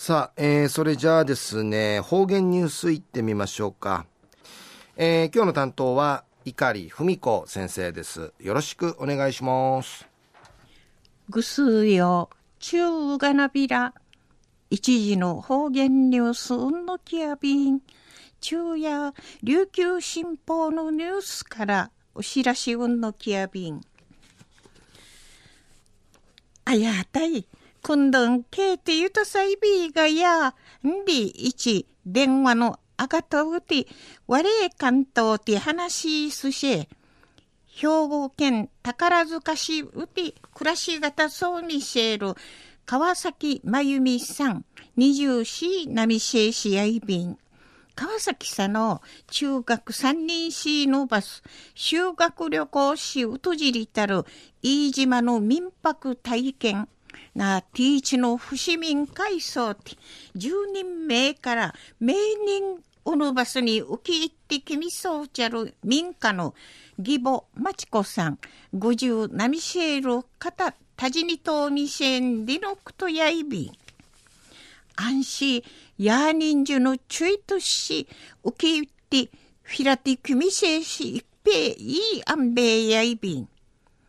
さあ、それじゃあですね、方言ニュースいってみましょうか。今日の担当は碇文子先生です。よろしくお願いします。 ぐすよ中がなびら一時の方言ニュースのきやびん昼夜琉球新報のニュースからお知らしうんのきやびんあやたいくんどんけいてゆとさいびがやんびいち電話のあがとうてわれ関東て話すし兵庫県宝塚市うて暮らし方そうみせる川崎真由美さん24なみせいしやいびん川崎さの中学3人しのバス修学旅行しうとじりたる飯島の民泊体験なティーチの伏民会層て10人目から名人うぬバスに浮き入ってきみそうちゃる民家の義母まちこさん50なみせる方たじにとみせんりのくとやいびん安心や人数のちゅいとし浮き入ってフィラティきみせし一平いいあんべいやいびん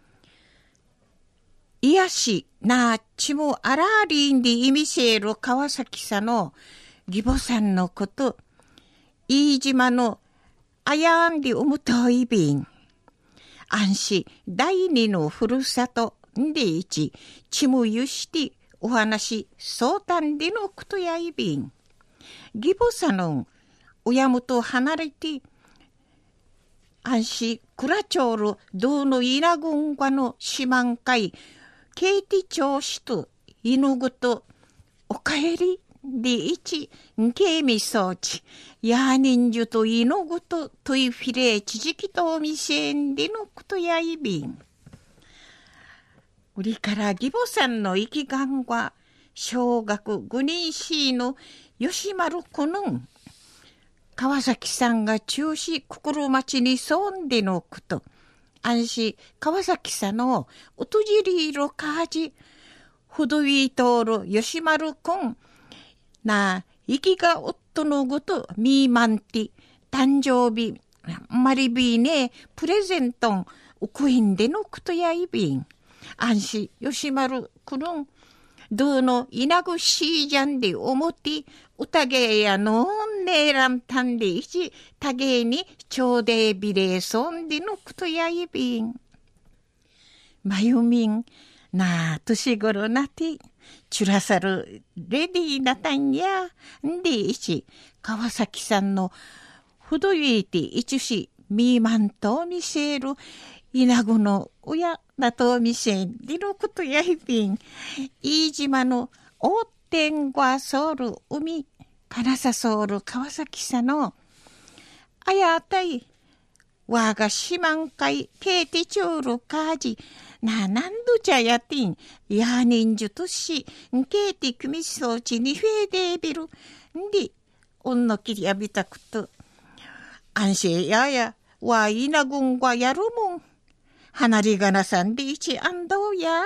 いやしなちもあらりんでいみせる川崎さの義母さんのこと飯島のあやんでおむといびん安心第二のふるさとんでいちちむゆしてお話相談でのことやいびん義母さの親むと離れて安心クラチョールどのいなぐんがのしまんかいケイティ調子と犬ぐとおかえりでいちんけみそうちやにんじゅと犬ぐとといフィレちじきとおみせんでのことやいびんうりから義母さんの生きがんは小学5年生の吉丸くん川崎さんが中止心町にそんでのこと安心川崎さんのおとじりいろかじほどいとおる吉丸くんな生きが夫のごとみーまんて誕生日マリビーねプレゼントンうくいんでのことやいびん安心吉丸くんどうのいなぐしいじゃんでおもてうたげやのんねらんたんでいちたげにちょうでびれそんでのことやいびんまゆみんなあ年頃なてチュラサルレディーなたんやんでいち川崎さんのほどいていちしみーまんとみせるいなぐの親なとみせんりのことやいびん飯島のおってんごわソウル海金さソウル川崎さのあやあたいわがしまんかいケーティチュールカージなんどちゃやてんやにんじゅとしんケーティクミソーチにフェーデービルんでおんのきりやびたくと安心ややわいなぐんがやるもん離れがなさんでいちあんどうや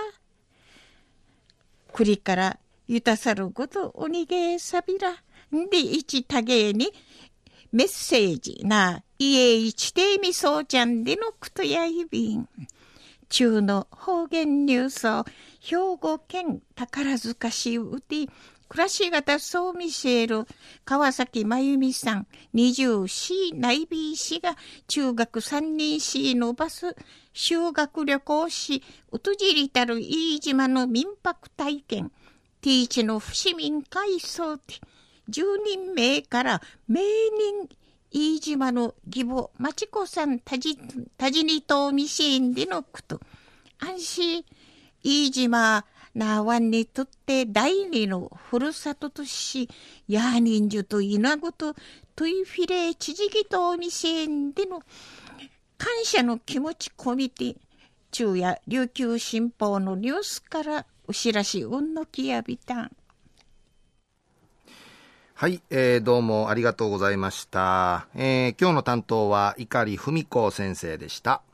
くりからゆたさることおにげさびらんでいちたげにメッセージな家いちてみそうちゃんでのくとやいびん中の方言ニュースを兵庫県宝塚市うて暮らし方そうみせる川崎真由美さん24内ビー氏が中学3年生のバス修学旅行しうとじりたる飯島の民泊体験ティーチの伏民会層て10人目から名人飯島の義母まちこさんたじにとみせんでのこと安心飯島なわんにとって第二のふるさととしやにんじゅといなごとといフィレちじぎとみせんでの感謝の気持ち込みて中夜琉球新報のニュースからお知らしうんのきやびたんはい、どうもありがとうございました。今日の担当は碇文子先生でした。